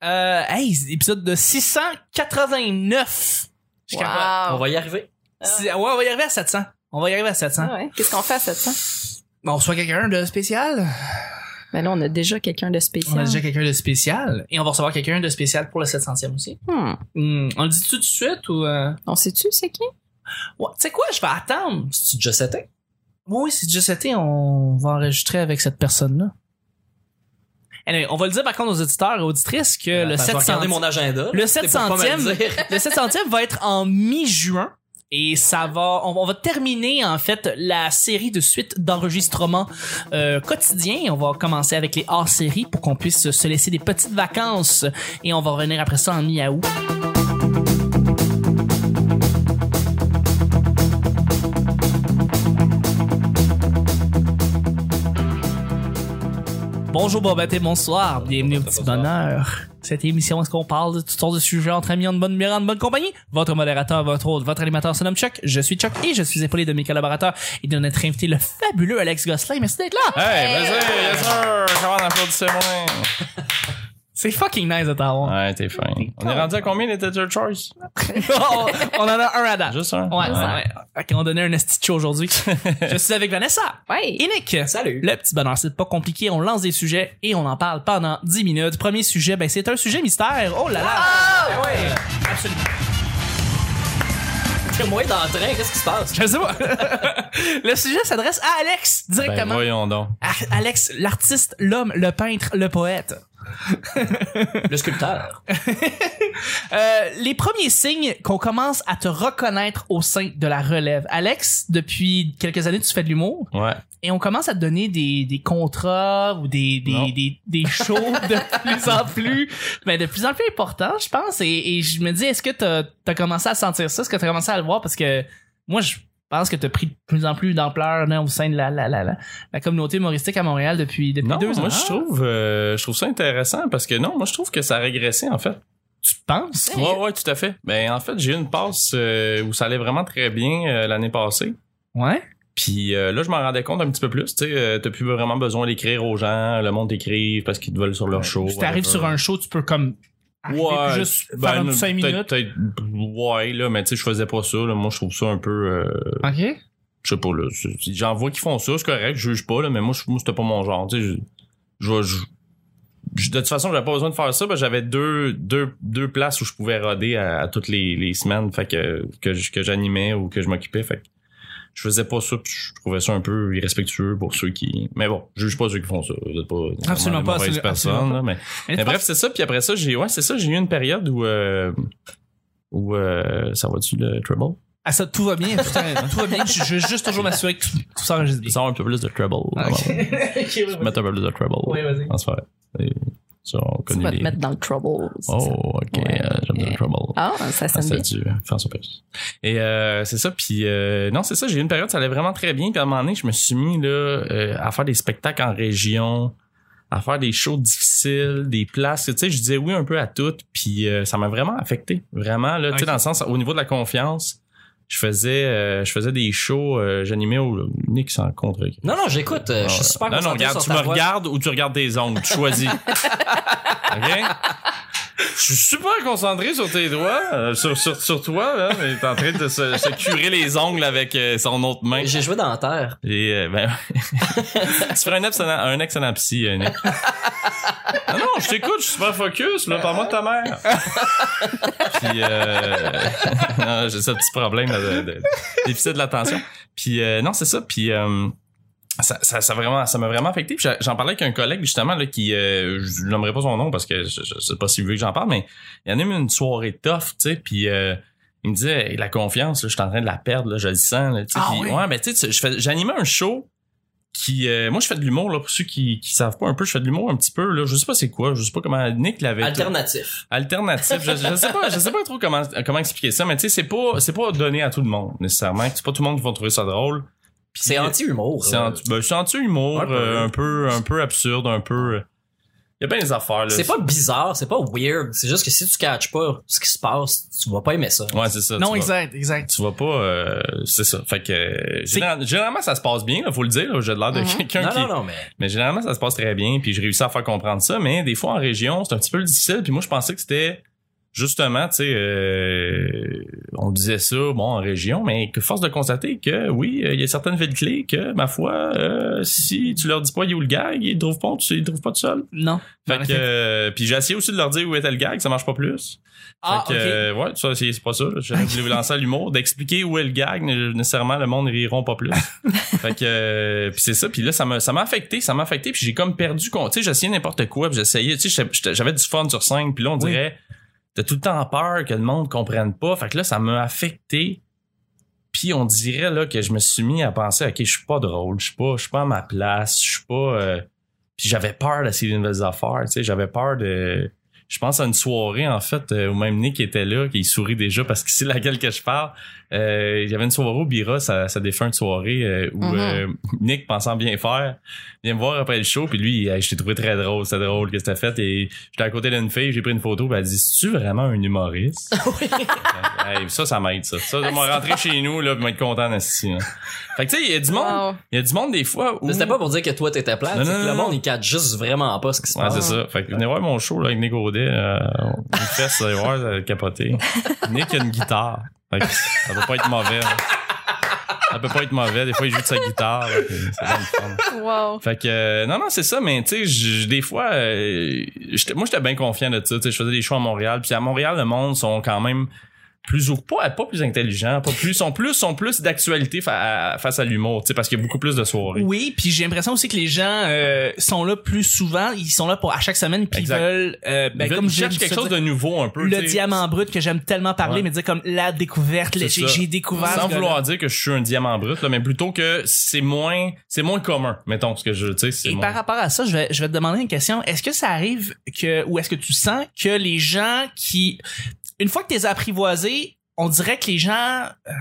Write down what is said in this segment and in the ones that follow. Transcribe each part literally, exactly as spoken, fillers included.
Euh, hey, épisode de six cent quatre-vingt-neuf. Wow. On va y arriver. C'est- ouais, on va y arriver à sept cents. On va y arriver à sept cents. Ah ouais. Qu'est-ce qu'on fait à sept cents? Bon, on reçoit quelqu'un de spécial. Ben là, on a déjà quelqu'un de spécial. On a déjà quelqu'un de spécial. Et on va recevoir quelqu'un de spécial pour le sept centième aussi. Hmm. Hmm, on le dit tout de suite ou... Euh... On sait-tu c'est qui? Ouais, tu sais quoi, je vais attendre. C'est-tu déjà seté? Oui, c'est déjà été, on va enregistrer avec cette personne-là. Anyway, on va le dire par contre aux auditeurs et auditrices que le Attends, je vais sept regarder centième... mon agenda. Le C'est pour pas me sept centième, le dire. le sept centième va être en mi-juin et ça va, on, on va terminer en fait la série de suite d'enregistrements euh, quotidiens. On va commencer avec les hors-séries pour qu'on puisse se laisser des petites vacances et on va revenir après ça en mi-août. Bonjour Bobette et bonsoir, bienvenue au Petit Bonheur. Cette émission, est-ce qu'on parle de toutes sortes de sujets entre amis, en bonne lumière, en bonne compagnie? Votre modérateur, votre hôte, votre animateur se nomme Chuck, je suis Chuck et je suis épaulé de mes collaborateurs et de notre invité, le fabuleux Alex Gosselin. Merci d'être là! Hey, vas-y, yes sir! Comment on applaudissait moins? C'est fucking nice de t'avoir. Ouais, t'es fin. On est rendu à combien les Teacher Choice? on, on en a un à date. Juste un? Ouais, ouais. ouais. Ok, on donnait un esti de show aujourd'hui. Je suis avec Vanessa. Ouais. Et Nick. Salut. Le Petit Bonheur, c'est pas compliqué. On lance des sujets et on en parle pendant dix minutes. Premier sujet, ben c'est un sujet mystère. Oh là là. Ah, ouais. Absolument. Que moi dans le train, qu'est-ce qui se passe? Je sais pas. Le sujet s'adresse à Alex Ben directement. voyons donc. À- Alex, l'artiste, l'homme, le peintre, le poète. Le sculpteur. Euh, les premiers signes qu'on commence à te reconnaître au sein de la relève. Alex, depuis quelques années, tu fais de l'humour Ouais. et on commence à te donner des, des contrats ou des, Non. des, des, des shows de plus en plus, mais de plus en plus importants, je pense. Et, et je me dis, est-ce que t'as, t'as commencé à sentir ça? Est-ce que t'as commencé à le voir? Parce que moi, je pense que t'as pris de plus en plus d'ampleur là, au sein de la, la, la, la, la communauté humoristique à Montréal depuis, depuis Non, deux moi ans. je trouve, euh, je trouve ça intéressant parce que non, moi je trouve que ça a régressé en fait. Tu penses? Ouais, ouais, tout à fait. Ben en fait, j'ai eu une passe euh, où ça allait vraiment très bien euh, l'année passée. Ouais. Puis euh, là, je m'en rendais compte un petit peu plus. Tu sais, euh, t'as plus vraiment besoin d'écrire aux gens, le monde t'écrive parce qu'ils te veulent sur leur show. Si t'arrives whatever. sur un show, tu peux comme arriver Ouais, puis juste ben, faire un petit cinq peut-être- minutes. peut-être- ouais, là, mais tu sais, je faisais pas ça. Là. Moi, je trouve ça un peu. Euh, OK. je sais pas, là. c'est- J'en vois qui font ça, c'est correct, je juge pas, là, mais moi, je- moi c'était pas mon genre. Tu sais, je, je, je- je- de toute façon, j'avais pas besoin de faire ça, parce que j'avais deux, deux, deux places où je pouvais roder à, à toutes les, les semaines, fait que, que, je- que j'animais ou que je m'occupais, fait que je faisais pas ça, puis je trouvais ça un peu irrespectueux pour ceux qui. Mais bon, je juge pas ceux qui font ça. Vous êtes pas Absolument pas, mauvaise absolument personne, pas. là, mais, Mais mais tu bref, c'est ça. Puis après ça, j'ai, ouais, c'est ça, j'ai eu une période où, euh, où, euh, ça va-tu le treble? Ah, ça, tout va bien, putain, tout va bien. Je, je veux juste toujours m'assurer que tout, tout s'enregistre bien. Ça va un peu plus de treble. Ah, ok. vraiment. Ok, oui, vas-y. Mettre un peu plus de treble. Oui, vas-y. En fait. Et ça, on Tu connaît vas les... te mettre dans le trouble. c'est Oh, ça. ok, Ouais. euh, j'aime bien le trouble. Ah, ça Ah, sonne ça a bien. dû faire ça plus. Et euh, c'est ça, puis euh, non, c'est ça, j'ai eu une période, ça allait vraiment très bien, puis à un moment donné, je me suis mis là euh, à faire des spectacles en région, à faire des shows difficiles, des places, tu sais, je disais oui un peu à tout, puis euh, ça m'a vraiment affecté, vraiment, là, tu sais, Ok. dans le sens, au niveau de la confiance, je faisais euh, je faisais des shows, euh, j'animais au Nick sans contre. Non, non, j'écoute. euh, je suis super Non, non, concentré regarde, sur tu ta me voix. regardes ou tu regardes tes ongles, tu choisis. OK? Je suis super concentré sur tes doigts, euh, sur, sur, sur toi, là, mais t'es en train de se, se curer les ongles avec euh, son autre main. J'ai joué dans la terre. Et, euh, ben, tu ferais un excellent, un excellent psy, euh, Nick. Non, non, je t'écoute, je suis super focus, là, parle-moi de ta mère. Puis, euh, non, j'ai ce petit problème là, de, de déficit de l'attention. Puis, euh, non, c'est ça, puis... Euh, ça, ça, ça vraiment, ça m'a vraiment affecté. Puis j'en parlais avec un collègue justement là qui, euh, je nommerai pas son nom parce que je, je sais pas s'il veut que j'en parle, mais il anime une soirée tough, tu sais. Puis euh, il me disait hey, la confiance, là, je suis en train de la perdre, là, je le sens. Là, tu sais. Ah Puis oui? ouais, ben tu sais, je fais, j'animais un show qui, euh, moi je fais de l'humour là pour ceux qui, qui savent pas un peu, je fais de l'humour un petit peu là. Je sais pas c'est quoi, je sais pas comment Nick l'avait. Alternatif. Alternatif, je, je sais pas, je sais pas trop comment comment expliquer ça, mais tu sais c'est pas c'est pas donné à tout le monde nécessairement. C'est pas tout le monde qui va trouver ça drôle. Puis C'est anti-humour. C'est euh. anti, ben, c'est anti-humour, Un peu. euh, un peu, un peu absurde, un peu. y a bien des affaires, là. C'est pas bizarre, c'est pas weird. C'est juste que si tu catches pas ce qui se passe, tu vas pas aimer ça. Ouais, c'est ça. Non, tu exact, exact. vas, tu vas pas, euh, c'est ça. Fait que, euh, général- généralement, ça se passe bien, là, faut le dire, là. J'ai l'air de Mhm. quelqu'un Non, qui, non, non, mais... mais généralement, ça se passe très bien, puis je réussis à faire comprendre ça, mais des fois, en région, c'est un petit peu difficile, puis moi, je pensais que c'était, justement, tu sais, euh, on disait ça, bon, en région, mais que force de constater que, oui, il y a certaines villes clés que, ma foi, euh, si tu leur dis pas il est où le gag, ils trouvent pas, ils trouvent pas tout seul. Non. Fait En que, effet. euh, puis j'ai essayé aussi de leur dire où était le gag, ça marche pas plus. Ah, fait que, ok. euh, ouais, ça, c'est, c'est pas ça. J'ai voulu lancer à l'humour, d'expliquer où est le gag, né- nécessairement, le monde ne riront pas plus. Fait que, euh, puis c'est ça, puis là, ça m'a, ça m'a affecté, ça m'a affecté, puis j'ai comme perdu, con- tu sais, j'essayais n'importe quoi, puis j'essayais, tu sais, j'étais- j'étais- j'avais du fun sur scène, puis là, on Oui. dirait, t'as tout le temps peur que le monde comprenne pas, fait que là, ça m'a affecté. Puis on dirait là que je me suis mis à penser, ok, je suis pas drôle, je suis pas, je suis pas à ma place, je suis pas. Euh... Puis j'avais peur d'essayer de nouvelles affaires, tu sais, j'avais peur de. Je pense à une soirée en fait euh, où même Nick était là, qui sourit déjà parce que c'est laquelle que je parle. Euh, il y avait une soirée au Bira, sa, sa défunte soirée euh, où Mhm. euh, Nick pensant bien faire vient me voir après le show, puis lui, euh, je t'ai trouvé très drôle, c'était drôle que c'était fait, et j'étais à côté d'une fille, j'ai pris une photo, puis elle dit, c'est-tu vraiment un humoriste? Hey, ça, ça m'aide, ça. Ça, de me rentrer chez nous, là, pis m'être content d'assister, là. Fait que, tu sais, il y a du monde, Wow. il y a du monde des fois où... Mais c'était pas pour dire que toi t'étais plate, Non, c'est non, que le non, monde non. il catch juste vraiment pas ce qui se Ouais, passe. c'est ça. Fait que venez voir mon show, là, avec Nick Audet, euh, une fesse, vous allez voir, ça va capoter. Nick a une guitare. Fait que ça peut pas être mauvais, là. Ça peut pas être mauvais. Des fois, il joue de sa guitare, là, pis c'est vraiment le fun. Wow. Fait que euh, non non c'est ça, mais tu sais j- des fois euh, j'étais- moi j'étais bien confiant de ça, tu sais, je faisais des shows à Montréal, puis à Montréal le monde sont quand même plus ou pas pas plus intelligents, pas plus sont plus sont plus d'actualité fa- à- face à l'humour, tu sais, parce qu'il y a beaucoup plus de soirées. Oui, puis j'ai l'impression aussi que les gens euh, sont là plus souvent, ils sont là pour à chaque semaine, puis ils Exact. veulent, euh, ben, Ils veulent- comme ils j'aime cherchent quelque ça chose dire, de nouveau un peu, le tu sais. diamant brut que j'aime tellement parler, Ouais. mais dire comme la découverte, C'est le- j'ai, ça. j'ai découvert. Sans ce vouloir gars-là. dire que je suis un diamant brut là, mais plutôt que c'est moins c'est moins commun, mettons ce que je tu sais, c'est Et moins... par rapport à ça, je vais, je vais te demander une question. Est-ce que ça arrive que, ou est-ce que tu sens que les gens qui, une fois que t'es apprivoisé, on dirait que les gens, euh,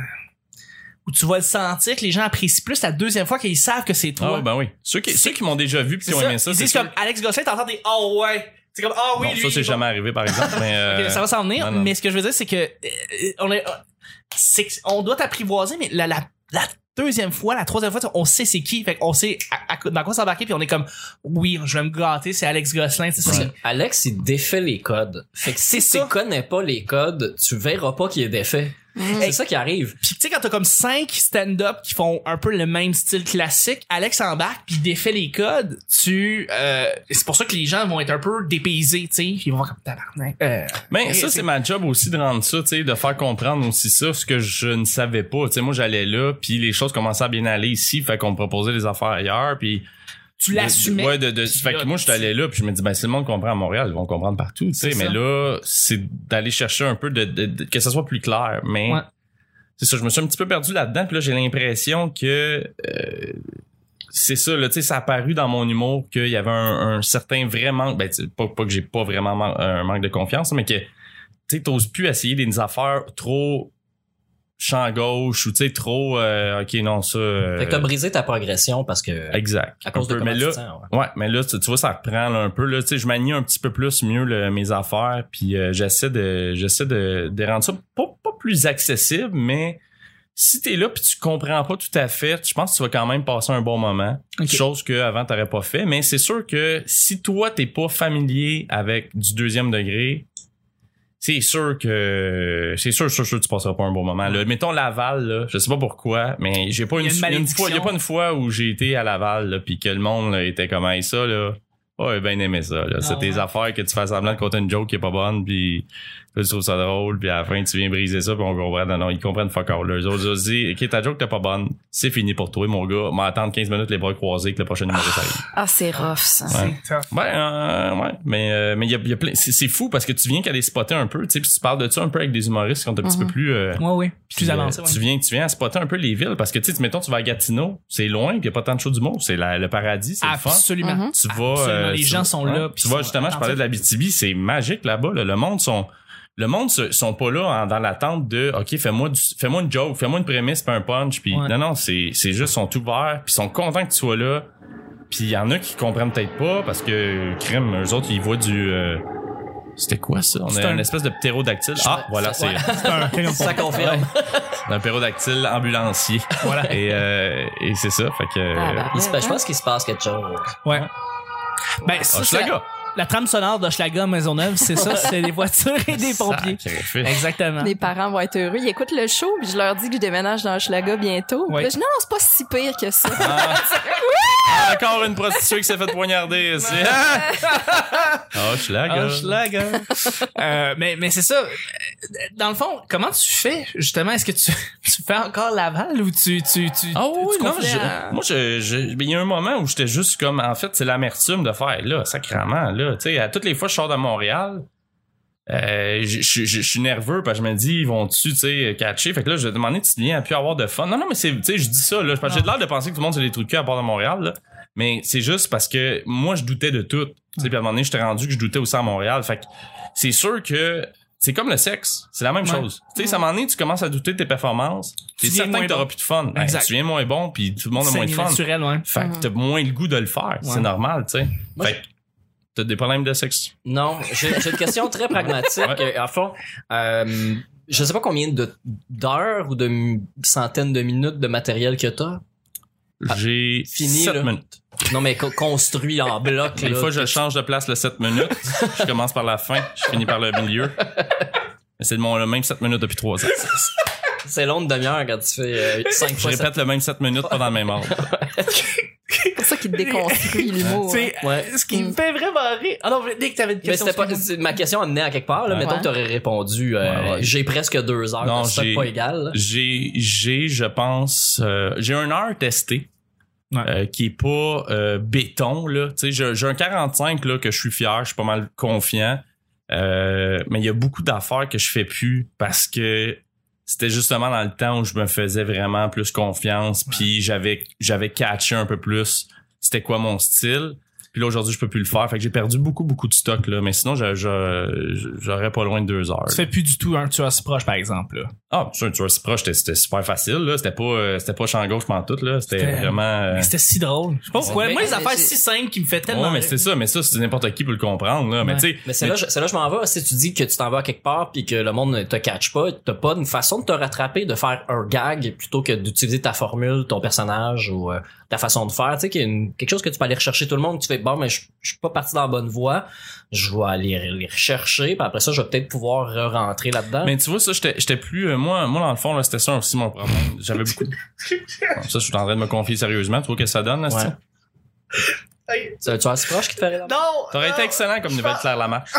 ou tu vas le sentir que les gens apprécient plus la deuxième fois qu'ils savent que c'est Ah toi. ouais, ben oui. Ceux qui ceux qui m'ont déjà vu puis C'est qui ont ça. aimé ça, Ils c'est disent sûr. comme Alex Gosselin, t'entends des oh ouais. C'est comme ah oui, Bon, lui. ça c'est bon. jamais arrivé par exemple, mais euh, Ok, ça va s'en venir, non, non. mais ce que je veux dire, c'est que euh, on est, c'est que on doit t'apprivoiser, mais la, la, la deuxième fois, la troisième fois, on sait c'est qui, fait qu'on sait à, à- dans quoi s'embarquer, puis on est comme oui, je vais me gâter, c'est Alex Gosselin, c'est ça. Ouais. Alex, il défait les codes. Fait que C'est si ça. tu connais pas les codes, tu verras pas qu'il est défait. Mhm. C'est ça qui arrive. Puis tu sais quand t'as comme cinq stand-up qui font un peu le même style classique, Alex embarque puis il défait les codes, tu euh, c'est pour ça que les gens vont être un peu dépaysés, tu sais, ils vont voir comme tabarnak. Euh, Ben, Et ça, c'est- c'est ma job aussi de rendre ça, tu sais, de faire comprendre aussi ça, ce que je ne savais pas. Tu sais, moi, j'allais là, puis les choses commençaient à bien aller ici, fait qu'on me proposait des affaires ailleurs, puis... tu l'assumais. De- Ouais, de, de, Puis fait là, que moi, je suis allé là, puis je me dis, ben, si le monde comprend à Montréal, ils vont comprendre partout, tu sais, C'est mais ça. là, c'est d'aller chercher un peu de, de- de- que ça soit plus clair, mais... Ouais. C'est ça, je me suis un petit peu perdu là-dedans, puis là, j'ai l'impression que... euh, c'est ça, là, tu sais, ça a apparu dans mon humour qu'il y avait un, un certain vrai manque, ben, tu sais, pas, pas que j'ai pas vraiment man- un manque de confiance, mais que, tu sais, t'oses plus essayer des affaires trop champ gauche ou, tu sais, trop, euh, ok, non, ça... euh, Fait que t'as brisé ta progression parce que... exact. À cause Un de peu, comment mais tu là, te sens, ouais. ouais, mais là, tu, tu vois, ça reprend là, un peu, là, tu sais, je manie un petit peu plus mieux le- mes affaires, puis euh, j'essaie de, j'essaie de, de rendre ça pas, pas plus accessible, mais si t'es là puis tu comprends pas tout à fait, je pense que tu vas quand même passer un bon moment. Ok. Chose que avant t'aurais pas fait. Mais c'est sûr que si toi t'es pas familier avec du deuxième degré, c'est sûr que c'est sûr, sûr, sûr que tu passeras pas un bon moment. Là, mettons Laval, là, je sais pas pourquoi, mais j'ai pas Il y une, a une une fois, il y a malédiction. pas une fois où j'ai été à Laval là, puis que le monde là, était comme hey, ça là. Ouais, ben aimé ça. Là. C'est Ah, tes ouais. affaires que tu fais semblant de compter une joke qui est pas bonne, puis là, tu trouves ça drôle, puis à la fin, tu viens briser ça, puis on comprend. Non, non, ils comprennent fuck all. Là. Eux autres, ils se disent, OK, ta joke t'es pas bonne, c'est fini pour toi, mon gars. M'attendre quinze minutes les bras croisés que le prochain numéro arrive. Ah, c'est rough, ça. Ouais. C'est tough. Ben, euh, ouais, mais euh, mais il y a, il y a plein... C'est, c'est fou parce que tu viens qu'à les spotter un peu, tu sais, puis tu parles de ça un peu avec des humoristes qui sont un petit Mhm. peu plus... euh, Ouais, oui. Plus puis, avancé, euh, ouais. tu viens tu viens à spotter un peu les villes parce que tu sais mettons tu vas à Gatineau, c'est loin, il y a pas tant de shows d'humour, c'est la, le paradis, c'est le fun. Absolument. Mhm. Tu vas Absolument, euh, les tu gens vas- sont ouais. là, puis Tu vois sont justement, je parlais de la B T B, c'est magique là-bas, là. Le monde sont le monde se, sont pas là en- dans l'attente de OK, fais-moi du, fais-moi une joke, fais-moi une prémisse puis un punch puis Ouais. non non, c'est c'est juste sont ouverts puis sont contents que tu sois là. Puis il y en a qui comprennent peut-être pas parce que crème, eux autres ils voient du euh, c'était quoi ça? On C'est a un- une espèce de ptérodactyle. Ah, voilà, c'est Ouais. C'est un crayon Ça pompon. confirme. un ptérodactyle ambulancier. Voilà. Et, euh, et c'est ça, fait que... Ah, bah. Il se passe- je pense qu'il se passe quelque chose. Ouais. Ben, ça, c'est Hochelaga. la, la trame sonore d'Hochelaga Maisonneuve, c'est ça, c'est les voitures et des pompiers. Sacrifice. Exactement. Les parents vont être heureux. Ils écoutent le show, puis je leur dis que je déménage dans Hochelaga bientôt. Ouais. Puis là, je dis, non, non, c'est pas si pire que ça. Ah, encore une prostituée qui s'est fait poignarder ici. Ah, Hochelaga. Hochelaga. euh, mais mais c'est ça. Dans le fond, comment tu fais justement? Est-ce que tu, tu fais encore Laval ou tu tu tu Ah oui, tu non, confies je- à- moi, je, je, il y a un moment où j'étais juste comme, en fait, c'est l'amertume de faire, là, sacrément, là, tu sais, à toutes les fois que je sors de Montréal, euh, je, je, je, je suis nerveux parce que je me dis, ils vont-tu, tu sais, catcher? Fait que là, je demandais, tu viens à plus avoir de fun. Non, non, mais c'est, tu sais, je dis ça, là, parce que j'ai l'air de penser que tout le monde c'est des trucs de cul à part de Montréal, là. Mais c'est juste parce que moi, je doutais de tout. Tu sais, puis à un moment donné, j'étais rendu que je doutais aussi à Montréal. Fait que c'est sûr que c'est comme le sexe. C'est la même Ouais. chose. Tu sais, à un moment donné, tu commences à douter de tes performances. Tu T'es deviens certain moins que t'auras bon. plus de fun. Ben, Exact. tu viens moins bon, puis tout le monde a C'est moins de fun. naturel, ouais. Fait que t'as moins le goût de le faire. Ouais. C'est normal, tu sais. Moi, Fait que t'as des problèmes de sexe. Non, j'ai j'ai une question très pragmatique. Ouais. Euh, En fond, euh, je sais pas combien de d'heures ou de m- centaines de minutes de matériel que t'as. J'ai fini, sept là. minutes. Non, mais co- construit en bloc. Des là, fois, je que- change de place le sept minutes. Je commence par la fin. Je finis par le milieu. Mais c'est le, mon- le même sept minutes depuis trois ans. C'est long de demi-heure quand tu fais euh, cinq Je fois. répète le même sept minutes, pas dans le même ordre. C'est pour ça qu'il déconstruit l'humour. C'est Ouais. ce qui me fait vraiment rire. Ah non, dès que t'avais une Mais question. c'était pas, excuse-moi. c'est- ma question amenait à quelque part, là. Ouais. Mettons Ouais. que t'aurais répondu, euh, Ouais, ouais. j'ai presque deux heures. Non, c'est j'ai- pas égal, là. J'ai, j'ai, je pense, euh, j'ai un heure testé. Ouais. Euh, qui est pas euh, béton là, tu sais, j'ai, j'ai un quarante-cinq là que je suis fier, je suis pas mal confiant, euh, mais il y a beaucoup d'affaires que je fais plus parce que c'était justement dans le temps où je me faisais vraiment plus confiance, puis j'avais j'avais catché un peu plus c'était quoi mon style. Puis là, aujourd'hui, je peux plus le faire. Fait que j'ai perdu beaucoup, beaucoup de stock, là. Mais sinon, je, je, j'aurais pas loin de deux heures. Tu fais plus du tout un tueur si proche, par exemple. Là. Ah, sûr, tu vois, c'est proche, c'était, c'était super facile, là. C'était pas, euh, c'était pas champ gauche pantoute, là. C'était, C'était- vraiment, euh, Mais c'était si drôle. Je sais pas pourquoi. Mais- Moi, les mais affaires c'est- si simples qui me fait tellement. ouais, mais rire. c'est ça, mais ça, c'est n'importe qui peut le comprendre, là. Mais Ouais. tu sais. Mais c'est mais- là, je- c'est là que je m'en vais. Si tu dis que tu t'en vas à quelque part puis que le monde ne te catch pas, t'as pas une façon de te rattraper, de faire un gag plutôt que d'utiliser ta formule, ton personnage ou euh, ta façon de faire. Tu sais, qu'il y a une- quelque chose que tu peux aller rechercher tout le monde. Tu fais, bon, mais je je suis pas parti dans la bonne voie. Je vais aller les rechercher. Puis après ça, je vais peut-être pouvoir re-rentrer là-dedans. Mais tu vois, ça, j'étais, j'étais plus, euh, moi, moi, dans le fond, là, c'était ça aussi mon problème. J'avais beaucoup de... Bon, ça, je suis en train de me confier sérieusement. Tu vois qu'est-ce que ça donne, là, Ouais. c'est-tu? C'est un tueur si proche qui te fait rire? Non! T'aurais été non, excellent comme nouvelle Claire Lamarche.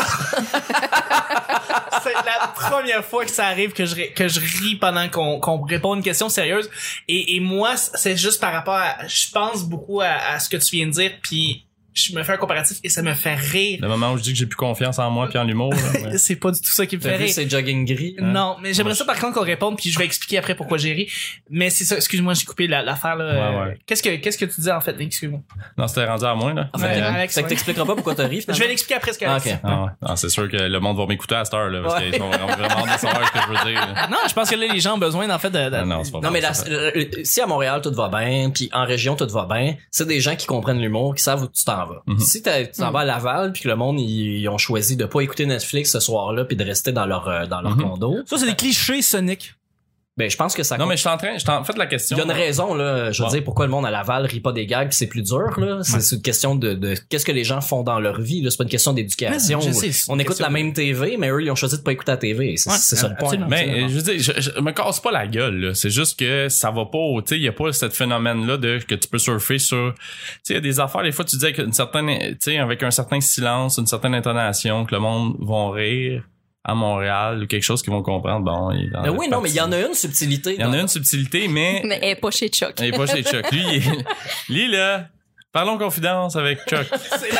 C'est la première fois que ça arrive que je, ri- que je ris pendant qu'on, qu'on répond à une question sérieuse. Et, et moi, c'est juste par rapport à... Je pense beaucoup à, à ce que tu viens de dire, puis je me fais un comparatif et ça me fait rire. Le moment où je dis que j'ai plus confiance en moi puis en l'humour, là, ouais. C'est pas du tout ça qui me T'as fait vu rire. ces jogging gris? Non, mais j'aimerais ça par contre qu'on réponde puis je vais expliquer après pourquoi j'ai ri. Mais c'est ça, excuse-moi, j'ai coupé la- l'affaire là. Ouais, Euh, ouais. Qu'est-ce que qu'est-ce que tu disais en fait, excuse-moi. Non, c'était rendu à moi, là. En Ouais, fait, Mais, euh, Alex, fait que ouais. t'expliqueras pas pourquoi t'as ri, Je finalement. vais l'expliquer après ce que Ah, Alex. ok. ah, ouais. Ah, c'est sûr que le monde va m'écouter à cette heure, là, parce Ouais. qu'ils sont vraiment, vraiment de savoir ce que je veux dire. là. Non, je pense que là les gens ont besoin en fait de, de- Ah, non, c'est pas Non, mais vrai, la- ça. euh, si à Montréal tout va bien, puis en région tout va bien, c'est des gens qui comprennent l'humour, qui savent où tu t'en vas. Mhm. Si t'as- tu t'en vas à Laval, puis que le monde ils, ils ont choisi de pas écouter Netflix ce soir-là, puis de rester dans leur euh, dans leur Mhm. condo, Ça c'est des clichés Sonic. ben je pense que ça. Non, mais je suis en train, je t'en fait la question. il y a une raison là. Je veux Ouais. dire pourquoi le monde à Laval rit pas des gags, puis c'est plus dur là. C'est Ouais. c'est une question de, de qu'est-ce que les gens font dans leur vie. Là, c'est pas une question d'éducation. Ouais, je sais, c'est On une écoute question la même T V, mais eux ils ont choisi de pas écouter la T V. C'est Ouais, c'est ça le point. absolument. Mais euh, je veux dire, je, je me casse pas la gueule, là. C'est juste que ça va pas, au- tu sais, il y a pas ce phénomène-là de que tu peux surfer sur, tu sais, il y a des affaires, des fois tu dis avec une certaine, tu sais, avec un certain silence, une certaine intonation, que le monde vont rire à Montréal ou quelque chose qu'ils vont comprendre. Bon, il Mais oui, non, mais il y en a une subtilité. Il y en a une subtilité, mais Mais elle est pas chez Chuck. il est pas chez Chuck. Lui, il est- lui là, parlons confidence avec Chuck. C'est la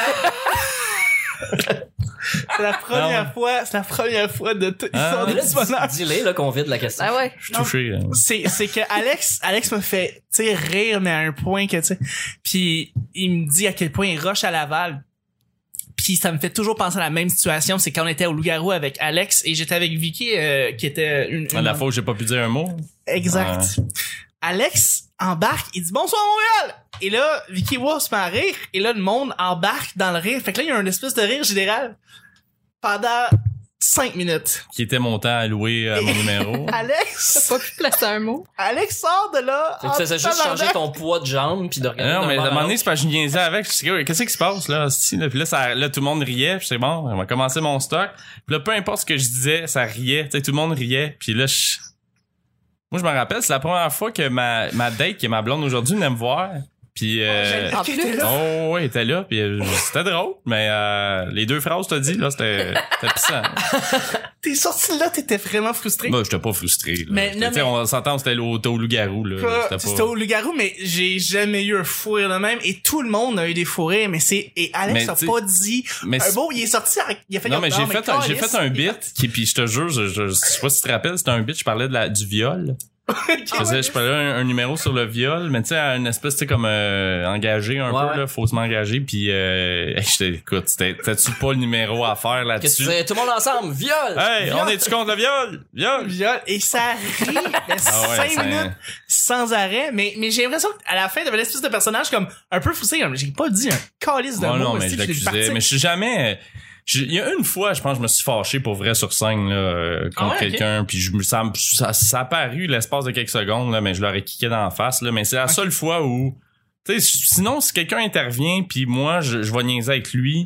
C'est la première Non. fois, c'est la première fois de toute Ah. l'histoire Mais de là, ce bonheur. dis- dis-les là qu'on vide la question. Ah ouais. Je suis touché. là. C'est c'est que Alex Alex me fait tu sais rire mais à un point que tu sais puis il me dit à quel point il rush à Laval. Puis ça me fait toujours penser à la même situation, c'est quand on était au Loup-Garou avec Alex et j'étais avec Vicky euh, qui était une, À une- la fois où j'ai pas pu dire un mot. exact. Alex embarque, il dit bonsoir Montréal. Et là, Vicky Wah se met à rire, et là, le monde embarque dans le rire. Fait que là, il y a une espèce de rire général pendant cinq minutes. Qui était mon temps alloué à mon numéro. Alex, T'as pas pu placer un mot. Alex sort de là. Fait que tu faisais juste changer ton poids de jambe puis de regarder. Non, mais à un moment donné, l'autre. c'est parce que je niaisais avec. Je sais qu'est-ce qui se passe, là? Si, là, puis là, ça, là, tout le monde riait. Puis c'est bon, on va commencer mon stock. Puis là, peu importe ce que je disais, ça riait. Tu sais, tout le monde riait. Puis là, je... Moi, je me rappelle, c'est la première fois que ma, ma date, qui est ma blonde aujourd'hui, venait me voir. Puis euh, En plus, oh ouais, il était là, puis euh, c'était drôle, mais euh, les deux phrases que t'as dit là, c'était c'était pissant. T'es sorti là, t'étais vraiment frustré. Moi, j'étais pas frustré. Là. Mais non, Tu sais, mais- on s'entend, c'était au, au loup-garou là. Pas- C'était C'était pas... au loup-garou, mais j'ai jamais eu un fou rire de même. Et tout le monde a eu des fous rires, mais c'est... Et Alex Mais a t'sais- pas dit... mais un beau, il est sorti, avec- il a fait Non, comme, mais j'ai fait, un, j'ai câlisse. fait un bit qui, puis je te jure, je, je, je sais pas si tu te rappelles, c'était un bit, je parlais de la, du viol. Je faisais, je parlais un, un numéro sur le viol, mais tu sais, à une espèce, tu sais, comme euh, engagé un Ouais, peu, ouais. là, faussement engagé, puis euh, j'étais, écoute, c'était, t'as-tu pas le numéro à faire Qu'est-ce que tu là-dessus? disais? Tout le monde ensemble, viol! Hey, Viol. on est-tu contre le viol? Viol! Viol. Et ça rit mais Ah ouais, cinq c'est- minutes sans arrêt. Mais, mais j'ai l'impression qu'à la fin, t'avais l'espèce de personnage comme un peu frustré. Comme, j'ai pas dit un calice de Non, mots. non, mais aussi, je puis l'accusais. parti. Mais je suis jamais... je- Il y a une fois, je pense, je me suis fâché pour vrai sur scène là, euh, contre Ah ouais, quelqu'un, puis je me ça, me- ça, ça a paru l'espace de quelques secondes, là, mais je leur ai kické dans la face. Là, mais c'est la seule fois où... Tu sais, sinon, si quelqu'un intervient, puis moi, je, je vais niaiser avec lui,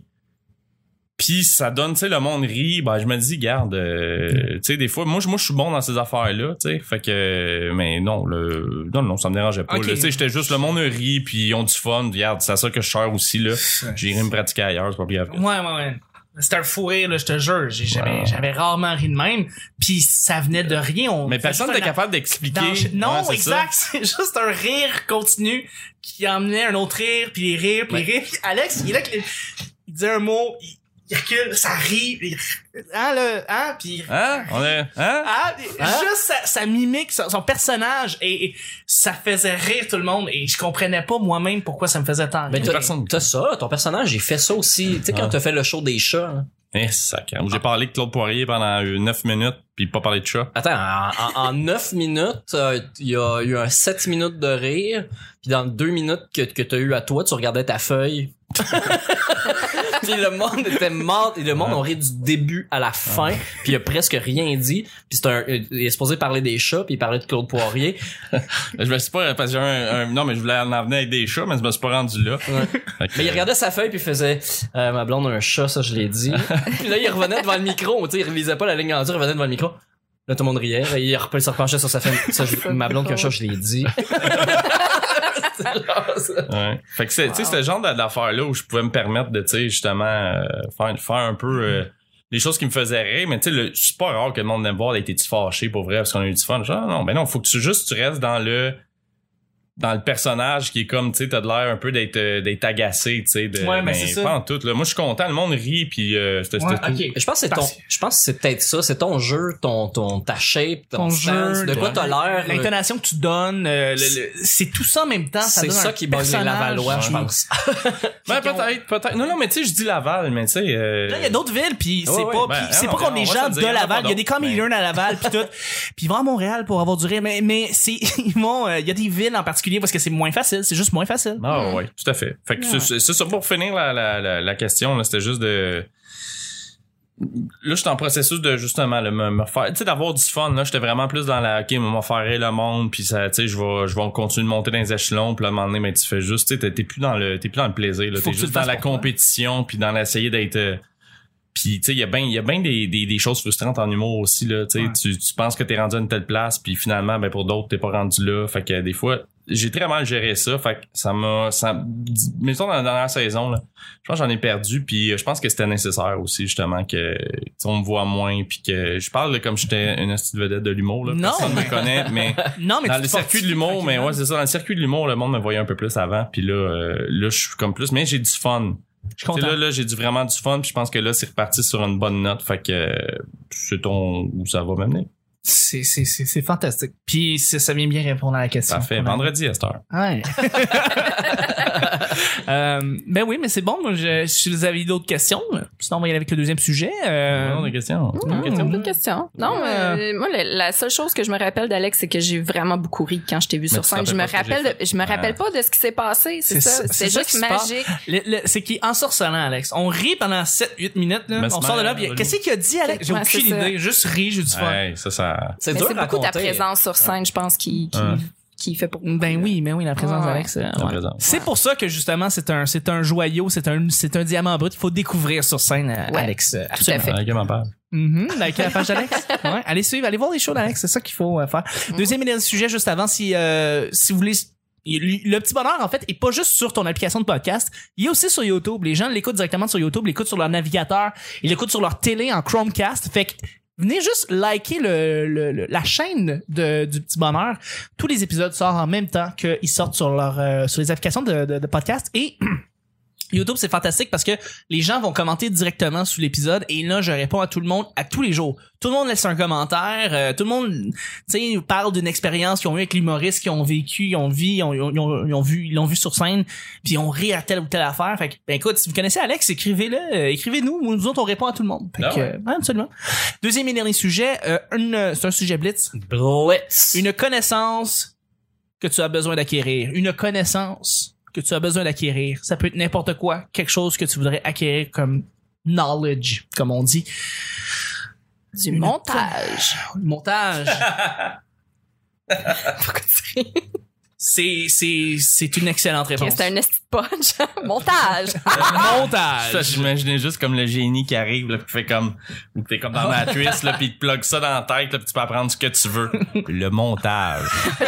puis ça donne, tu sais, le monde rit, ben je me dis, garde, euh, tu sais, des fois, moi, je moi, je suis bon dans ces affaires-là, tu sais, fait que, mais non, le, non, non, ça me dérangeait pas, Ok. là. Tu sais, j'étais juste, le monde rit, puis ils ont du fun, regarde, c'est à ça que je sers aussi, là. J'irai me pratiquer ailleurs, c'est pas plus grave. Ouais, ouais, ouais. C'était un fou rire, là, je te jure. J'ai, j'avais, Ouais. j'avais rarement ri de même. Puis ça venait de rien. On Mais fait personne juste n'est un- capable d'expliquer. dans- Non, Ouais, c'est exact. C'est juste un rire continu qui emmenait un autre rire, puis les rires, puis les rires. Puis Alex, il est là, que- il dit un mot, il, il recule, ça rit. Il, hein, là, hein, puis... Ça. Hein? On est, hein? Ah, juste sa, sa mimique, son, son personnage, et, et ça faisait rire tout le monde, et je comprenais pas moi-même pourquoi ça me faisait tant Mais rire. t'as, personne. t'as ça, ton personnage, il fait ça aussi. Tu sais, quand Ah. t'as fait le show des chats, hein. Eh, sacré. Où j'ai parlé de Claude Poirier pendant euh, neuf minutes, puis pas parlé de chat. Attends, en, en, en neuf minutes, euh, il y a eu un sept minutes de rire, puis dans deux minutes que, que t'as eu à toi, tu regardais ta feuille. Puis le monde était mort, et le monde Ouais. a ri du début à la fin, puis il a presque rien dit. Puis c'est un, il est supposé parler des chats, puis il parlait de Claude Poirier. Je me suis pas, parce que j'ai un, un- non, mais je voulais en venir avec des chats, mais je me suis pas rendu là. Fait que, Mais il regardait sa feuille puis il faisait euh, ma blonde a un chat, ça je l'ai dit. Puis là il revenait devant le micro, tu sais, il réalisait pas la ligne en dur, il revenait devant le micro. Là tout le monde riait, là, il reprenait se repenchait sur sa feuille, ça, je- ma blonde qui a un chat, je l'ai dit. C'est genre ça. Ouais. Fait que c'est, tu sais, c'était le genre d'affaires-là où je pouvais me permettre de, tu sais, justement, euh, faire, faire un peu, euh, les choses qui me faisaient rire, mais tu sais, le- c'est pas rare que le monde vienne me voir, était-tu fâché pour vrai parce qu'on a eu du fun. Genre, non, ben non, faut que tu juste, tu restes dans le, dans le personnage qui est comme, tu sais, t'as de l'air un peu d'être, euh, d'être agacé, tu sais, de, Ouais, mais c'est ça. pas en tout, là. Moi, je suis content, le monde rit, puis euh, c'était, c'était Ouais, tout. ok. Je pense que c'est ton, Parce- je pense que c'est peut-être ça, c'est ton jeu, ton, ton, ta shape, ton, Ton stance, jeu, de quoi le- t'as l'air. euh, L'intonation que tu donnes, euh, le- le- c'est tout ça en même temps. Ça C'est donne ça un qui bat les personnage. Lavallois, je Ouais. pense. Ben, peut-être, peut-être. Non, non, mais tu sais, je dis Laval, mais tu sais, euh, Là, il y a d'autres villes, puis c'est Ouais, pas, ouais. puis Ben, c'est non, pas contre on les va gens se de le dire, Laval. Il y a des pardon. comédiens à Laval, puis tout. Puis ils vont à Montréal pour avoir du rire, mais mais c'est ils vont, euh, il y a des villes en particulier parce que c'est moins facile, c'est juste moins facile. Ah ouais, tout à fait. Fait que Ouais. c'est, c'est ça pour finir la, la, la, la question, là, c'était juste de... Là, j'étais en processus de justement là, me, me faire, tu sais, d'avoir du fun. Là, j'étais vraiment plus dans la, ok, on va faire rire le monde, puis ça, tu sais, je vais, je vais continuer de monter dans les échelons, puis là, à un moment donné, mais tu fais juste, tu sais, t'es, t'es plus dans le, t'es plus dans le plaisir, là, Faut t'es que tu juste le dans fasses la pour toi. compétition, puis dans l'essayer d'être. euh, Puis tu sais, il y a bien, il y a bien des, des, des choses frustrantes en humour aussi là. Tu sais, Ouais. tu, tu penses que t'es rendu à une telle place, puis finalement, ben pour d'autres, t'es pas rendu là. Fait que des fois, j'ai très mal géré ça. Fait que ça m'a, ça, mettons dans la dernière saison là, je pense que j'en ai perdu. Puis je pense que c'était nécessaire aussi justement que tu sais, on me voit moins, puis que je parle là, comme j'étais une petite vedette de l'humour là. Non, Personne mais- me connaît, mais Non, mais dans tu le te circuit de l'humour, mais ouais, c'est ça. Dans le circuit de l'humour, le monde me voyait un peu plus avant. Puis là, euh, là, je suis comme plus, mais j'ai du fun. Je suis Tu sais, content. là, là, j'ai du vraiment du fun, puis je pense que là, c'est reparti sur une bonne note. Fait que euh, c'est ton où ça va m'amener. C'est c'est c'est c'est fantastique. Puis c'est- ça vient bien répondre à la question. Parfait. qu'on a. Vendredi à cette heure. Ouais. euh, ben oui, mais c'est bon. Moi, je, si vous avez d'autres questions, sinon on va y aller avec le deuxième sujet. Euh... Non, des questions. Mmh, Des questions. Bonne question. Non, Ouais. euh, moi, la, la seule chose que je me rappelle d'Alex, c'est que j'ai vraiment beaucoup ri quand je t'ai vu Mais sur tu te scène. Je me rappelles pas ce que rappelle, j'ai de- je me rappelle pas de ce qui s'est passé. C'est, C'est ça. ça- c'est C'est ça juste qui se passe. magique. Le, le, c'est qui est ensorcelant, Alex. On rit pendant sept huit minutes, là. Mais On c'est sort de là, marrant, puis là. qu'est-ce qu'il a dit, Alex? J'ai Ouais, aucune c'est ça. idée. Juste rit, j'ai du fun. Hey, ça, ça. C'est Mais dur c'est à beaucoup ta raconter. présence sur scène, je pense, qui, qui, Ouais. qui fait pour. Ben oui, mais oui, la présence Ouais. d'Alex. euh, La ouais. présence. C'est pour ça que justement c'est un c'est un joyau, c'est un c'est un diamant brut. Il faut découvrir sur scène, euh, Ouais, Alex. euh, tout à absolument. fait. Ok, m'en parle. Mm-hmm, liker la page d'Alex. Ouais, allez suivre, allez voir les shows d'Alex, c'est ça qu'il faut euh, faire. Deuxième et dernier sujet juste avant, si euh, si vous voulez. Le le petit bonheur, en fait, est pas juste sur ton application de podcast. Il est aussi sur YouTube. Les gens l'écoutent directement sur YouTube, l'écoutent sur leur navigateur, ils l'écoutent sur leur télé en Chromecast. Fait que venez juste liker le, le, le- la chaîne de, du petit bonheur. Tous les épisodes sortent en même temps qu'ils sortent sur leur euh, sur les applications de, de, de podcast. Et YouTube, c'est fantastique parce que les gens vont commenter directement sous l'épisode et là, je réponds à tout le monde à tous les jours. Tout le monde laisse un commentaire, euh, tout le monde, tu sais, parle d'une expérience qu'ils ont eu avec l'humoriste, qu'ils ont vécu, ils ont vu, ils ont, ils ont, ils ont vu, ils l'ont vu sur scène, puis on rit à telle ou telle affaire. Fait que, ben écoute, si vous connaissez Alex, écrivez-le, euh, écrivez-nous. Nous autres, on répond à tout le monde. Fait Ah que, ouais. euh, ouais, absolument. Deuxième et dernier sujet, euh, une, c'est un sujet blitz. Blitz. Une connaissance que tu as besoin d'acquérir. Une connaissance que tu as besoin d'acquérir. Ça peut être n'importe quoi. Quelque chose que tu voudrais acquérir comme knowledge, comme on dit. Du Une- montage. Montage. Pourquoi tu ris? c'est, c'est, c'est une excellente réponse. C'est un esti de punch. Montage. Ça, Montage. j'imaginais juste comme le génie qui arrive, là, qui fait comme, ou que t'es comme dans Matrix, là, pis il te plug ça dans la tête, là, pis tu peux apprendre ce que tu veux. Le montage.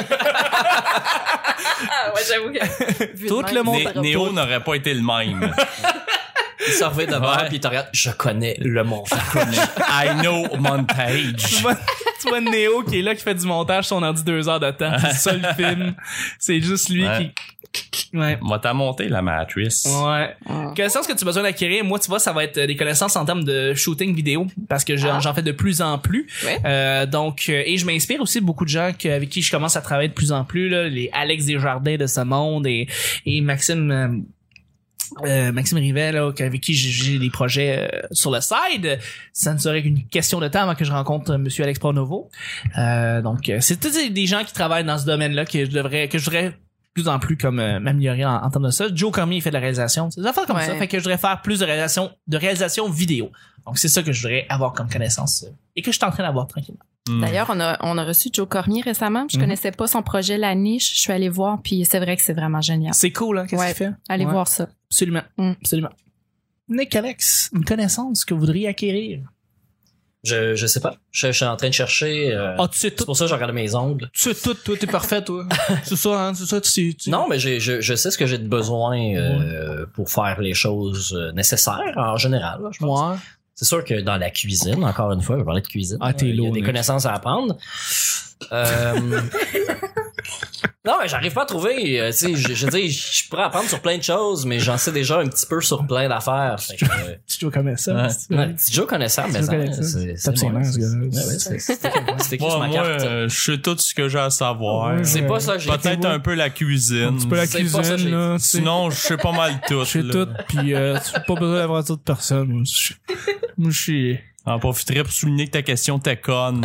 Ah, ouais, j'avoue que. vu de Tout même, le monde- c'est Né- pas Néo n'aurait pas été le même. Il s'en revient de bord, Ouais. puis il te regarde. Je connais le montage. I know montage. Tu vois, tu vois Néo qui est là, qui fait du montage sur son ordi deux heures de temps. C'est ça le film. C'est juste lui Ouais. qui... Ouais. Moi, t'as monté la matrice. Ouais. Ah. Connaissances que tu as besoin d'acquérir, moi, tu vois, ça va être des connaissances en termes de shooting vidéo, parce que j'en, Ah. j'en fais de plus en plus. Ouais. Euh, donc, euh, et je m'inspire aussi de beaucoup de gens que- avec qui je commence à travailler de plus en plus, là, les Alex Desjardins de ce monde et, et Maxime... euh, Euh, Maxime Rivet, là, avec qui j'ai, j'ai des projets euh, sur le side. Ça ne serait qu'une question de temps avant que je rencontre euh, Monsieur Alex Pronovo. Euh, donc, euh, c'est tous des- des gens qui travaillent dans ce domaine-là que je devrais, que je voudrais plus en plus comme euh, m'améliorer en, en termes de ça. Joe Cormier il fait de la réalisation, c'est des affaires comme Ouais. ça. Fait que je voudrais faire plus de réalisation, de réalisation vidéo. Donc, c'est ça que je voudrais avoir comme connaissance euh, et que je suis en train d'avoir tranquillement. Hmm. D'ailleurs, on a, on a reçu Joe Cormier récemment. Je Mhm. connaissais pas son projet La Niche. Je suis allée voir, puis c'est vrai que c'est vraiment génial. C'est cool, hein, qu'est-ce Ouais. qu'il fait? Allez Ouais. voir ça. Absolument. Mm. Absolument. Nick Alex, une connaissance que vous voudriez acquérir. Je, je sais pas. Je, je suis en train de chercher. euh, Ah, tu sais c'est tout. pour ça que je regarde mes ongles. Tu sais tout, toi, t'es parfait, toi. c'est ça, hein, c'est ça, tu sais. tu- Non, mais j'ai, je, je sais ce que j'ai de besoin euh, pour faire les choses euh, nécessaires en général. là, je pense. Ouais. C'est sûr que dans la cuisine, encore une fois, je vais parler de cuisine. Ah, t'es euh, Il y lourd, a des Nick. connaissances à apprendre. Euh... non, mais j'arrive pas à trouver. euh, tu sais, je, je veux dire, je pourrais apprendre sur plein de choses, mais j'en sais déjà un petit peu sur plein d'affaires. Fait que, euh, Tu dois connaître ça. Ouais. c'est- ouais, c'est Joe connaissable, mais Tu ça, connais ça. c'est, Tape c'est ses bon, mains, ce c'est- gars-là. ouais, ouais, c'est- c'est écrit c'est écrit Moi, sur ma moi, carte. euh, je sais tout ce que j'ai à savoir. Ouais. C'est pas ça que j'ai Peut-être un peu la cuisine. Un petit peu la C'est pas ça, j'ai cuisine, là. tu sais. Sinon, je sais pas mal tout. je sais là. tout, pis euh, tu n'as pas besoin d'avoir toute personne. Moi, je moi, je suis... On profiterait pour souligner que ta question t'es conne.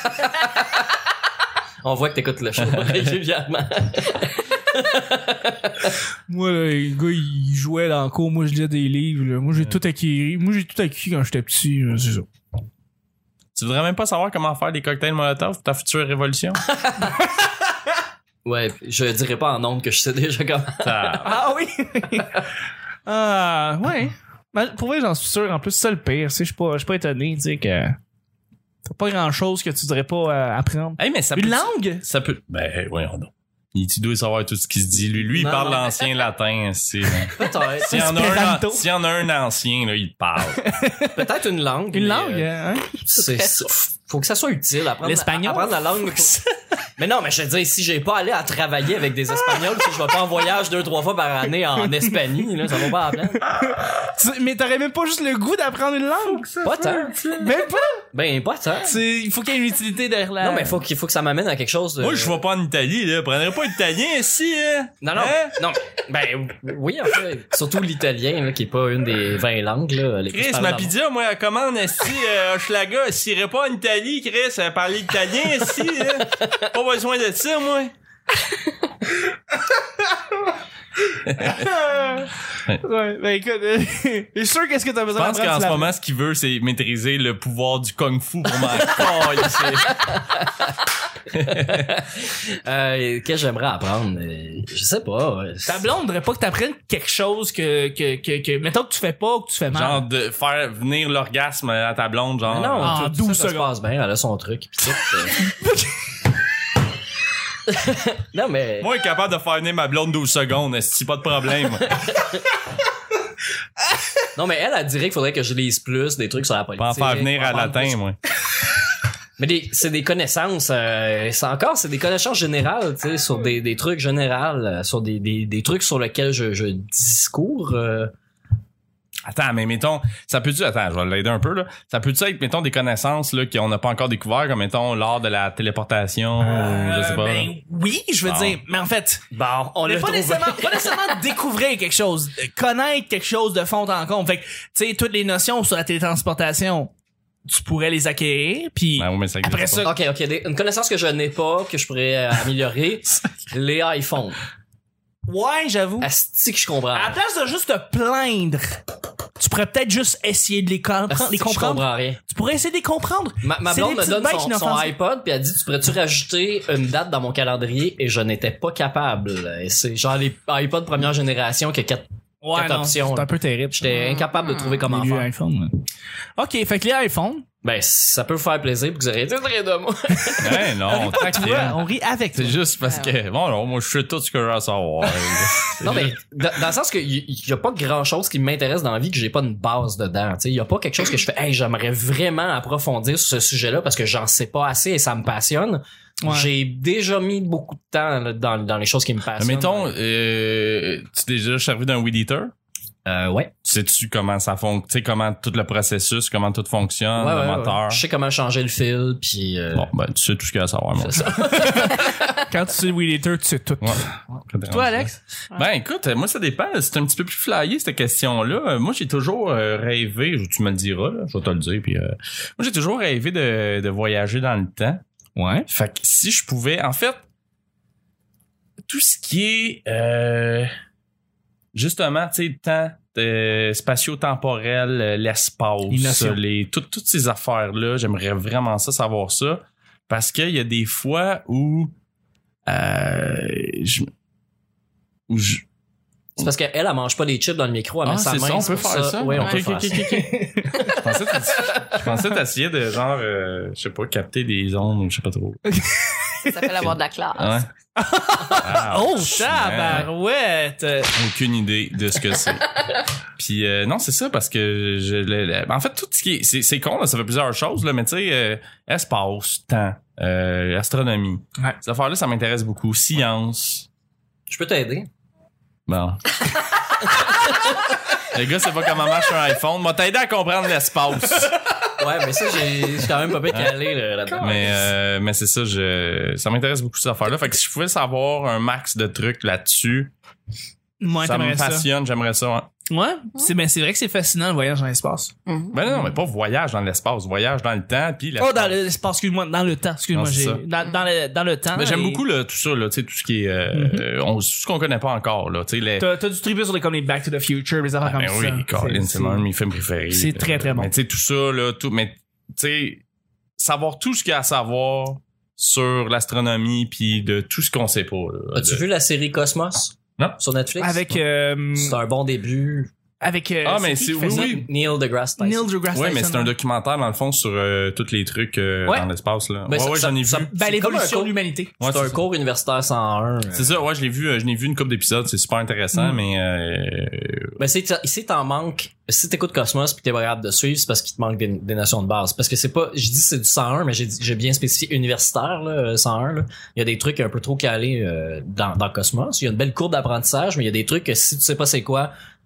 On voit que t'écoutes le show régulièrement. Moi, là, les gars, ils jouaient dans le cours. Moi, je lisais des livres. Là. Moi, j'ai tout acquis. Moi, j'ai tout acquis quand j'étais petit. Là, c'est ça. Tu voudrais même pas savoir comment faire des cocktails Molotov pour ta future révolution? Ouais, je dirais pas en nombre que je sais déjà comment. Ça- Ah oui! Ah, ouais. Ben, pour vrai, j'en suis sûr. En plus, c'est ça le pire. Tu sais, je suis pas, je suis pas étonné, tu sais, que t'as pas grand chose que tu devrais pas euh, apprendre. Hey, mais ça Une peut... langue? Ça peut... Ben, voyons donc. Il tu dois savoir tout ce qui se dit. Lui, lui il Non, parle non. l'ancien latin. C'est... Peut-être. S'il y, en a Espéranto. un, s'il y en a un ancien, là, il te parle. Peut-être une langue. Une mais, langue, euh, hein? c'est, c'est- faut que ça soit utile. Apprendre, L'espagnol? Apprendre la langue. Mais non, mais je te dis, si j'ai pas allé à travailler avec des Espagnols, si je vais pas en voyage deux, trois fois par année en Espagne, là, ça va pas à la peine. Tu- mais t'aurais même pas juste le goût d'apprendre une langue, ça? Pas tant. Même pas? Ben, pas tant. C'est- Il faut qu'il y ait une utilité derrière la... Non, mais faut qu'il faut que ça m'amène à quelque chose de... Moi, je vais pas en Italie, là. Prendrais pas italien ici, hein? Non, non, Hein? non. Ben, oui, en fait. Surtout l'italien, là, qui est pas une des vingt langues, là. les plus Chris, parlées ma dans le monde. pizza, moi, elle commande ici, euh, Hochelaga. Si irait pas en Italie, Chris, elle parlait italien ici, hein. Pas besoin de ça, moi. Ouais, ben écoute, euh, je suis sûr qu'est-ce que t'as Je besoin pense qu'en ce moment, ce qu'il veut, c'est maîtriser le pouvoir du kung-fu pour m'en coller. Euh, qu'est-ce que j'aimerais apprendre? Euh, Je sais pas. euh, Ta blonde voudrait pas que t'apprennes quelque chose que, que, que, que, mettons que tu fais pas ou que tu fais mal. Genre de faire venir l'orgasme à ta blonde, genre. Mais non, en tout, douze tout ça, ça se secondes. passe bien, elle a son truc. Pis tout, euh. Non, mais... Moi, est capable de faire venir ma blonde douze secondes, c'est pas de problème. Non, mais elle, elle dirait qu'il faudrait que je lise plus des trucs sur la politique. Pas en faire venir à apprendre latin, plus. moi. Mais des, c'est des connaissances, euh, c'est encore, c'est des connaissances générales, tu sais, sur des, des trucs générales, euh, sur des, des, des trucs sur lesquels je, je discours. Euh. Attends, mais mettons, ça peut-tu, attends, je vais l'aider un peu, là. Ça peut-tu être, mettons, des connaissances, là, qu'on n'a pas encore découvert, comme, mettons, l'art de la téléportation, ou je sais pas. Ben, oui, je veux Bon. dire, mais en fait, Bon, on mais l'a pas trouvé. nécessairement, pas nécessairement découvrir quelque chose, euh, connaître quelque chose de fond en comble. Fait que, tu sais, toutes les notions sur la télétransportation, tu pourrais les acquérir, puis Ben oui, mais ça existe après pas. ça, Ok, ok, des- une connaissance que je n'ai pas, que je pourrais euh, améliorer, les iPhones. ouais, j'avoue. Asti que je comprends. À la place de juste te plaindre, tu pourrais peut-être juste essayer de les, compre- Asti les que je comprendre. comprends rien. Tu pourrais essayer de les comprendre. Ma, ma C'est blonde des me petites donne bêtes son, son inoffensives. iPod puis elle dit tu pourrais-tu rajouter une date dans mon calendrier et je n'étais pas capable. Et c'est genre les iPod première génération qui a quatre Ouais, Quatre non, options, c'est là. un peu terrible. J'étais incapable de trouver comment Les vieux faire. iPhones. Ok, fait que les iPhones, Ben ça peut vous faire plaisir puis que vous arrêtez de rire de moi. Ben non, toi, tranquille. on rit avec toi. C'est juste parce que, bon, non, moi, je sais tout ce que j'ai à savoir. Non mais dans, dans le sens que y, y a pas grand chose qui m'intéresse dans la vie que j'ai pas une base dedans. Tu sais, y a pas quelque chose que je fais. Hey, j'aimerais vraiment approfondir sur ce sujet-là parce que j'en sais pas assez et ça me passionne. Ouais. J'ai déjà mis beaucoup de temps là, dans, dans les choses qui me passionnent. Mettons, euh, tu t'es déjà servi d'un weed eater? Euh, ouais. Sais-tu comment ça fonctionne? Tu sais comment tout le processus, comment tout fonctionne, Ouais, le ouais, ouais. moteur? Je sais comment changer le fil puis. Euh, Bon, ben, tu sais tout ce qu'il y a à savoir, moi. c'est ça. Quand tu sais Weed Eater, tu sais tout. Ouais. Quand t'es Toi, rendu là. Alex? Ben, écoute, moi, ça dépend. C'est un petit peu plus flyé, cette question-là. Euh, Moi, j'ai toujours euh, rêvé, tu me le diras, là, je vais te le dire, puis euh, moi, j'ai toujours rêvé de, de voyager dans le temps. Ouais. Fait que si je pouvais, en fait, tout ce qui est, euh, justement, tu sais, le temps euh, spatio-temporel, euh, l'espace, Innovation. les, tout- toutes ces affaires-là, j'aimerais vraiment ça, savoir ça. Parce qu'il y a des fois où, euh, je, où je, C'est parce qu'elle, elle mange pas des chips dans le micro, elle Ah, met sa c'est main. ça, on c'est peut pour faire ça? Oui, on Ok, peut ok, faire ok, ça. ok. je pensais t'ess- je pensais t'essayer de genre, euh, je sais pas, capter des ondes, je sais pas trop. Ça s'appelle avoir de la classe. Ouais. Ah, Oh, man. tabarouette! Aucune idée de ce que c'est. Puis euh, non, c'est ça parce que je le- le- en fait tout ce qui est c'est c'est con là, ça fait plusieurs choses là, mais tu sais euh, espace, temps, euh, astronomie. Ouais. Ces affaires là, ça m'intéresse beaucoup, science. Je peux t'aider. Bon. Les gars, c'est pas comment marche un iPhone. M'a t'aider à comprendre l'espace. Ouais, mais ça, j'ai, j'ai quand même pas bien calé là, là-dedans. Mais euh, mais c'est ça, je ça m'intéresse beaucoup ces affaires là. Fait que si je pouvais savoir un max de trucs là-dessus, Moi, ça me t'aimerais ça. passionne, j'aimerais ça. Ouais. Ouais, c'est ben, c'est vrai que c'est fascinant le voyage dans l'espace. Mhm. Ben non, mais pas voyage dans l'espace, voyage dans le temps puis l'espace. Oh, dans l'espace, excuse-moi, dans le temps, excuse-moi, Non, c'est j'ai ça. dans, dans le dans le temps. Mais j'aime et- beaucoup là, tout ça là, tu sais tout ce qui est euh, Mhm. euh, on, tout ce qu'on connaît pas encore là, tu sais les T'as t'as du triper sur des comme les Back to the Future, les affaires Ah, ben comme oui, ça. Colin, c'est l'un de mes films préférés. c'est très, très bon. Mais tu sais tout ça là, tout mais tu sais savoir tout ce qu'il y a à savoir sur l'astronomie puis de tout ce qu'on sait pas là. As-tu De- vu la série Cosmos? Non. Sur Netflix? Avec euh, C'est un bon début. avec euh, Ah, mais qui c'est- qui fait oui, ça? oui. Neil deGrasse Tyson. Neil deGrasse Ouais, Tyson. mais c'est un ouais. documentaire dans le fond sur euh, tous les trucs euh, Ouais. dans l'espace là. Ben, ouais ça- ouais, ça- j'en ai vu. ça- Ben c'est comme un l'évolution cours- de l'humanité. Ouais, c'est un ça. cours universitaire cent un. C'est ça, ouais, je l'ai vu, euh, je l'ai vu une couple d'épisodes, c'est super intéressant, Mm. mais euh, Ben, c'est, si t'en manques, si t'écoutes Cosmos pis t'es pas capable de suivre, c'est parce qu'il te manque des, des notions de base. Parce que c'est pas, je dis c'est du cent un, mais j'ai, j'ai bien spécifié universitaire, là, cent un, là. Il y a des trucs un peu trop calés, euh, dans, dans Cosmos. Il y a une belle courbe d'apprentissage, mais il y a des trucs que si tu sais pas c'est quoi,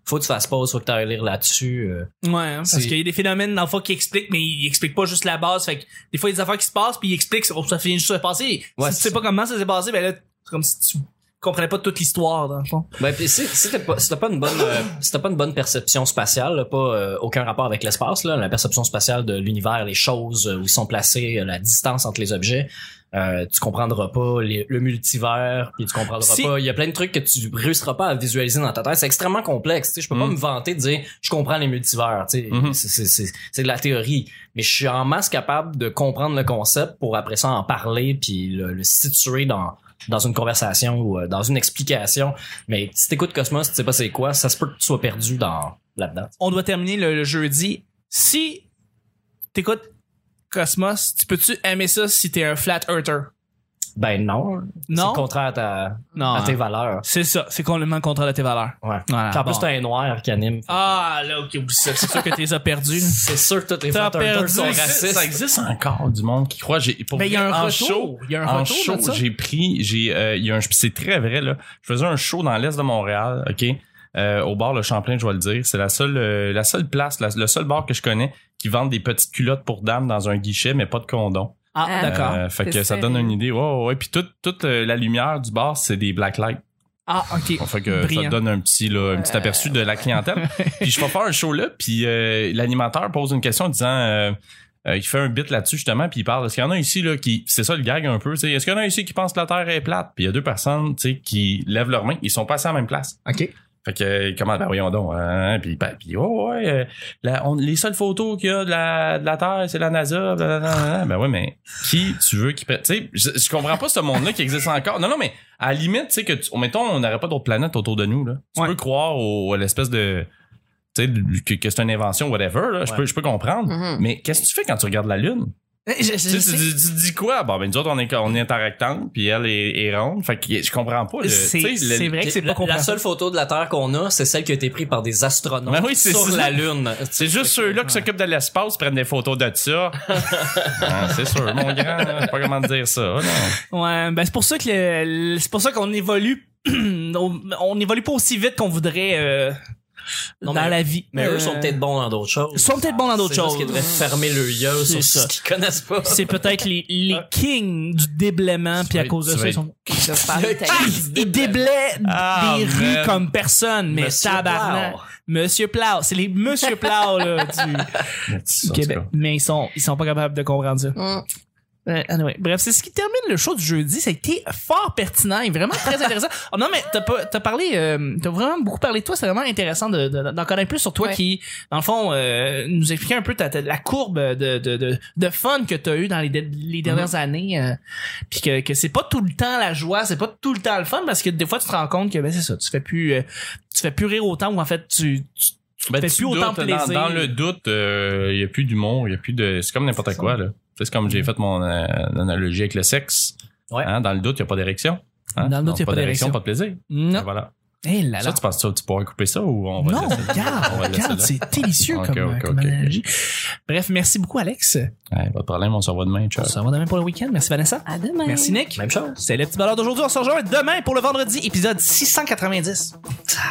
faut que tu fasses pause, faut que tu ailles lire là-dessus. Euh, Ouais, hein, parce c'est- qu'il y a des phénomènes dans le fond qui expliquent, mais ils expliquent pas juste la base. Fait que des fois, il y a des affaires qui se passent, puis ils expliquent, oh, ça finit juste de se passer. Ouais, si tu c'est sais pas comment ça s'est passé, ben là, c'est comme si tu comprenais pas toute l'histoire, dans le fond. Ben pis si, si t'as pas si t'as pas une bonne euh, si t'as pas une bonne perception spatiale, là, pas euh, aucun rapport avec l'espace, là, la perception spatiale de l'univers, les choses, euh, où ils sont placés, euh, la distance entre les objets, euh, tu comprendras pas les- le multivers, puis tu comprendras Si- pas. Il y a plein de trucs que tu réussiras pas à visualiser dans ta tête. C'est extrêmement complexe. Tu sais, je peux pas Mm. me vanter de dire je comprends les multivers. Tu sais, Mhm. c'est, c'est, c'est, c'est de la théorie. Mais je suis en masse capable de comprendre le concept pour après ça en parler puis le, le situer dans dans une conversation ou euh, dans une explication. Mais si t'écoutes Cosmos, tu sais pas c'est quoi, ça se peut que tu sois perdu dans là-dedans. On doit terminer le, le jeudi. Si t'écoutes Cosmos, tu peux-tu aimer ça si t'es un flat earther? Ben non. C'est Non? le contraire à, ta, Non. à tes hein. valeurs. C'est ça. C'est complètement le contraire de tes valeurs. Ouais. Voilà, Puis en plus, bon. t'as un noir qui anime. Ah, là, ok, oublie ça. C'est sûr que t'es as perdu. C'est sûr que tous les T'as flat earthers perdu. sont Ça racistes. Ça existe encore du monde qui croit. J'ai, pour Ben, il y a vrai, un en retour. show, Il y a un en retour show, de ça. j'ai pris, j'ai, euh, il y a un, c'est très vrai, là. Je faisais un show dans l'est de Montréal, OK? Euh, au bar Le Champlain, je vais le dire. C'est la seule, euh, la seule place, la- le seul bar que je connais qui vend des petites culottes pour dames dans un guichet, mais pas de condom. Ah, Ah. d'accord. Euh, fait que C'est ça donne sérieux. une idée. Ouais, ouais, ouais. Puis toute, toute euh, la lumière du bar, c'est des black lights. Ah, ok. Fait que Brillant. ça te donne un petit, là, un petit aperçu de la clientèle. Puis je vais faire un show là, puis euh, l'animateur pose une question en disant, euh, euh, il fait un bit là-dessus justement, puis il parle. Est-ce qu'il y en a ici là qui, c'est ça le gag un peu, tu sais, est-ce qu'il y en a ici qui pensent que la Terre est plate? Puis il y a deux personnes, tu sais, qui lèvent leurs mains, ils sont pas assis à la même place. Ok. Fait que euh, comment, ben voyons donc, hein, puis ben, puis oh, ouais, euh, la- on- les seules photos qu'il y a de la, de la Terre, c'est la NASA, blablabla. Ben ouais, mais qui tu veux qui prête, tu sais, je, je comprends pas ce monde-là qui existe encore. Non, non, mais à la limite, tu sais que, tu, mettons, on n'aurait pas d'autres planètes autour de nous là. Tu Ouais. peux croire au, à l'espèce de, tu sais, que, que c'est une invention, whatever. Là, je Ouais. peux, je peux comprendre. Mhm. Mais qu'est-ce que tu fais quand tu regardes la Lune? Je, je, Tu je sais, sais. tu, tu te dis quoi? Bon, ben nous autres, on est, on est en rectangle, puis elle est, est ronde. Fait que je comprends pas. Le, C'est- tu sais, le- c'est vrai que c'est pas La, la compréhensible. seule photo de la Terre qu'on a, c'est celle qui a été prise par des astronautes Ben oui, c'est sur ça. la Lune. C'est juste ceux-là qui s'occupent de l'espace prennent des photos de ça. Ah, c'est sûr, mon grand, là, je sais pas comment te dire ça. Non. Ouais, ben c'est pour ça que le- le- c'est pour ça qu'on évolue on, on évolue pas aussi vite qu'on voudrait euh, Non, dans mais- la vie. Mais eux Euh, sont peut-être bons dans d'autres choses. Ils sont peut-être bons dans d'autres C'est juste choses. qu'ils devraient fermer le yeux C'est sur ça. ce qu'ils connaissent pas. C'est peut-être les, les kings du déblaiement, puis à vas- cause de tu ça, vas ils sont... Je vais parler de ta vie. Ils déblaient Ah, des man. rues comme personne, mais Monsieur tabarnak. Plow. Monsieur Plow, c'est les Monsieur Plow là, du En tout Québec. cas. Mais ils sont, ils sont pas capables de comprendre ça. Mm. Euh, anyway, bref, c'est ce qui termine le show du jeudi. Ça a été fort pertinent et vraiment très intéressant. Oh, non, mais t'as pas, t'as parlé, euh, t'as vraiment beaucoup parlé de toi. C'est vraiment intéressant de, de- d'en connaître plus sur toi Ouais. qui, dans le fond, euh, nous expliquer un peu ta, ta- la courbe de, de, de, de fun que t'as eu dans les, de- les dernières années. Euh, puis que, que c'est pas tout le temps la joie, c'est pas tout le temps le fun parce que des fois tu te rends compte que, ben, c'est ça, tu fais plus, euh, tu fais plus rire autant ou en fait, tu, tu Ben, fais tu plus autant doutes, plaisir. Dans, dans le doute, il y a plus d'humour, il y a plus de, c'est comme n'importe C'est quoi, ça. là. C'est comme j'ai fait mon euh, analogie avec le sexe. Ouais. Hein, dans le doute, il n'y a pas d'érection. Hein? Dans le doute, Donc, il y a pas d'érection. pas de plaisir. non. Et Voilà. Eh là là. Ça, tu penses ça, tu pourrais couper ça ou on va Non, le laisser là? regarde, On va le laisser regarde, là. c'est délicieux Ok, comme, ok, comme ok, ok. analogie. Bref, merci beaucoup, Alex. Ouais, pas de problème, on se revoit demain, ciao. On se revoit demain pour le week-end. Merci, Vanessa. À demain. Merci, Nick. Même chose. C'est le petit bonheur d'aujourd'hui. On se rejoint demain pour le vendredi, épisode six cent quatre-vingt-dix.